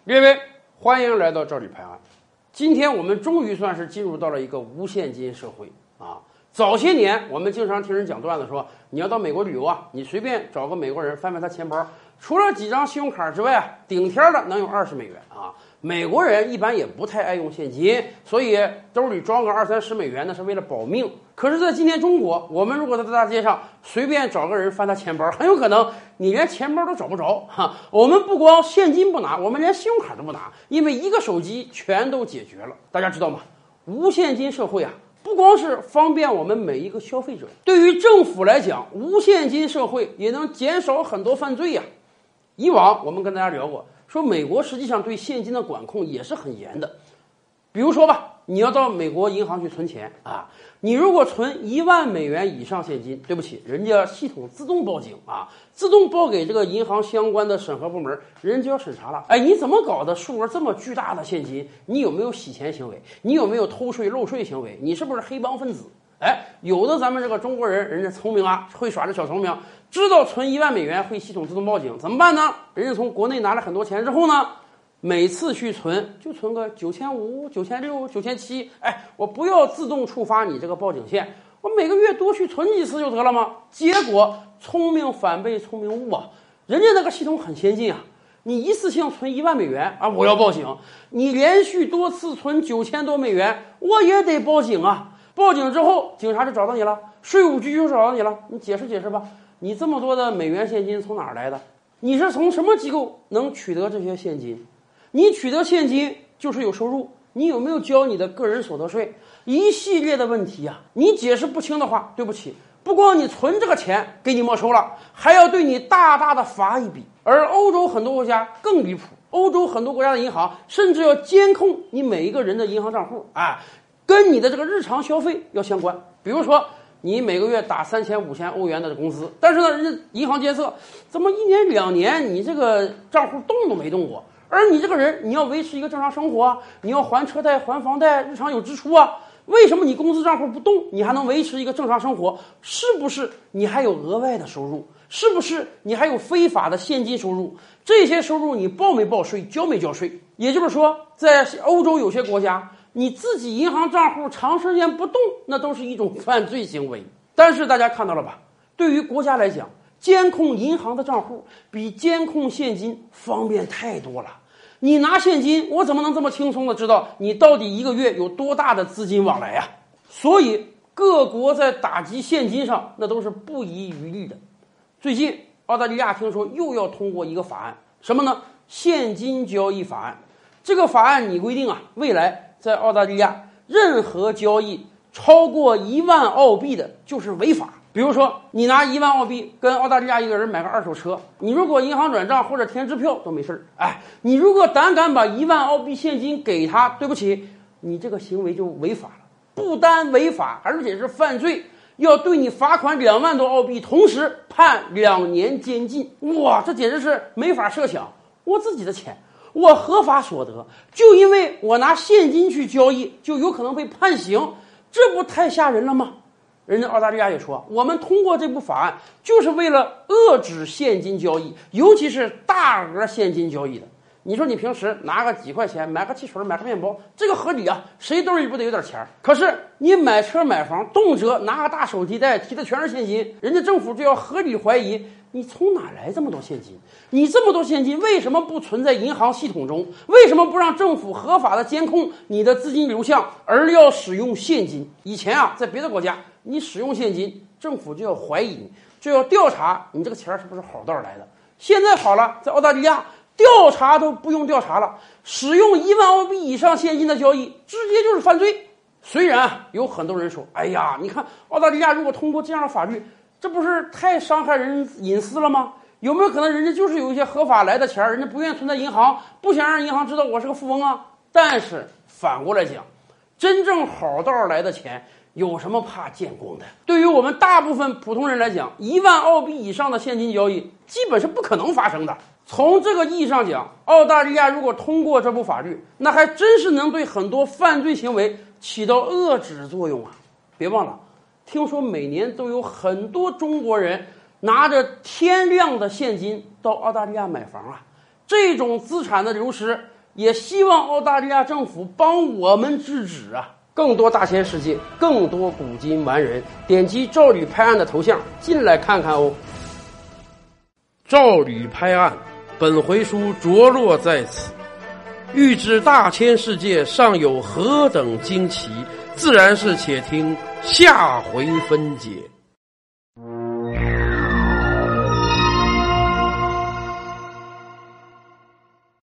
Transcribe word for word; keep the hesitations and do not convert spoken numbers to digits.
列位，欢迎来到赵李拍案。今天我们终于算是进入到了一个无现金社会啊！早些年我们经常听人讲段子说，你要到美国旅游啊，你随便找个美国人翻翻他钱包，除了几张信用卡之外啊，顶天的能有二十美元啊。美国人一般也不太爱用现金，所以兜里装个二三十美元那是为了保命。可是，在今天中国，我们如果在大街上随便找个人翻他钱包，很有可能你连钱包都找不着哈。我们不光现金不拿，我们连信用卡都不拿，因为一个手机全都解决了。大家知道吗？无现金社会啊，不光是方便我们每一个消费者，对于政府来讲，无现金社会也能减少很多犯罪呀。以往我们跟大家聊过，说美国实际上对现金的管控也是很严的。比如说吧，你要到美国银行去存钱啊，你如果存一万美元以上现金，对不起，人家系统自动报警啊，自动报给这个银行相关的审核部门，人家就要审查了。哎，你怎么搞的？数额这么巨大的现金，你有没有洗钱行为？你有没有偷税漏税行为？你是不是黑帮分子？哎，有的咱们这个中国人，人家聪明啊，会耍这小聪明，知道存一万美元会系统自动报警，怎么办呢？人家从国内拿了很多钱之后呢，每次去存就存个九千五、九千六、九千七，哎，我不要自动触发你这个报警线，我每个月多去存几次就得了吗？结果聪明反被聪明误啊！人家那个系统很先进啊，你一次性存一万美元啊，我要报警；你连续多次存九千多美元，我也得报警啊！报警之后，警察就找到你了，税务局就找到你了，你解释解释吧，你这么多的美元现金从哪儿来的？你是从什么机构能取得这些现金？你取得现金就是有收入，你有没有交你的个人所得税？一系列的问题啊，你解释不清的话，对不起，不光你存这个钱给你没收了，还要对你大大的罚一笔。而欧洲很多国家更离谱，欧洲很多国家的银行甚至要监控你每一个人的银行账户，哎，跟你的这个日常消费要相关。比如说你每个月打三千五千欧元的工资，但是呢，人家银行监测，怎么一年两年你这个账户动都没动过？而你这个人，你要维持一个正常生活啊，你要还车贷、还房贷，日常有支出啊。为什么你工资账户不动，你还能维持一个正常生活？是不是你还有额外的收入？是不是你还有非法的现金收入？这些收入你报没报税，交没交税？也就是说，在欧洲有些国家，你自己银行账户长时间不动，那都是一种犯罪行为。但是大家看到了吧？对于国家来讲，监控银行的账户比监控现金方便太多了。你拿现金，我怎么能这么轻松的知道你到底一个月有多大的资金往来呀？所以各国在打击现金上那都是不遗余力的。最近澳大利亚听说又要通过一个法案，什么呢？现金交易法案。这个法案拟规定啊，未来在澳大利亚任何交易超过一万澳币的就是违法。比如说，你拿一万澳币跟澳大利亚一个人买个二手车，你如果银行转账或者填支票都没事儿，哎，你如果胆敢把一万澳币现金给他，对不起，你这个行为就违法了，不单违法，而且是犯罪，要对你罚款两万多澳币，同时判两年监禁。哇，这简直是没法设想！我自己的钱，我合法所得，就因为我拿现金去交易，就有可能被判刑，这不太吓人了吗？人家澳大利亚也说，我们通过这部法案就是为了遏制现金交易，尤其是大额现金交易的。你说你平时拿个几块钱买个汽水买个面包，这个合理啊，谁兜里不得有点钱？可是你买车买房，动辄拿个大手提袋提的全是现金，人家政府就要合理怀疑你从哪来这么多现金？你这么多现金为什么不存在银行系统中？为什么不让政府合法的监控你的资金流向，而要使用现金？以前啊，在别的国家，你使用现金，政府就要怀疑你，就要调查你这个钱是不是好道来的。现在好了，在澳大利亚调查都不用调查了，使用一万澳币以上现金的交易，直接就是犯罪。虽然有很多人说，哎呀，你看澳大利亚如果通过这样的法律，这不是太伤害人隐私了吗？有没有可能人家就是有一些合法来的钱，人家不愿意存在银行，不想让银行知道我是个富翁啊？但是反过来讲，真正好道来的钱，有什么怕见光的？对于我们大部分普通人来讲，一万澳币以上的现金交易基本是不可能发生的。从这个意义上讲，澳大利亚如果通过这部法律，那还真是能对很多犯罪行为起到遏制作用啊！别忘了，听说每年都有很多中国人拿着天量的现金到澳大利亚买房啊， 这种资产的流失，也希望澳大利亚政府帮我们制止啊！更多大千世界，更多古今完人，点击赵吕拍案的头像进来看看哦。赵吕拍案，本回书着落在此。欲知大千世界尚有何等惊奇，自然是且听下回分解。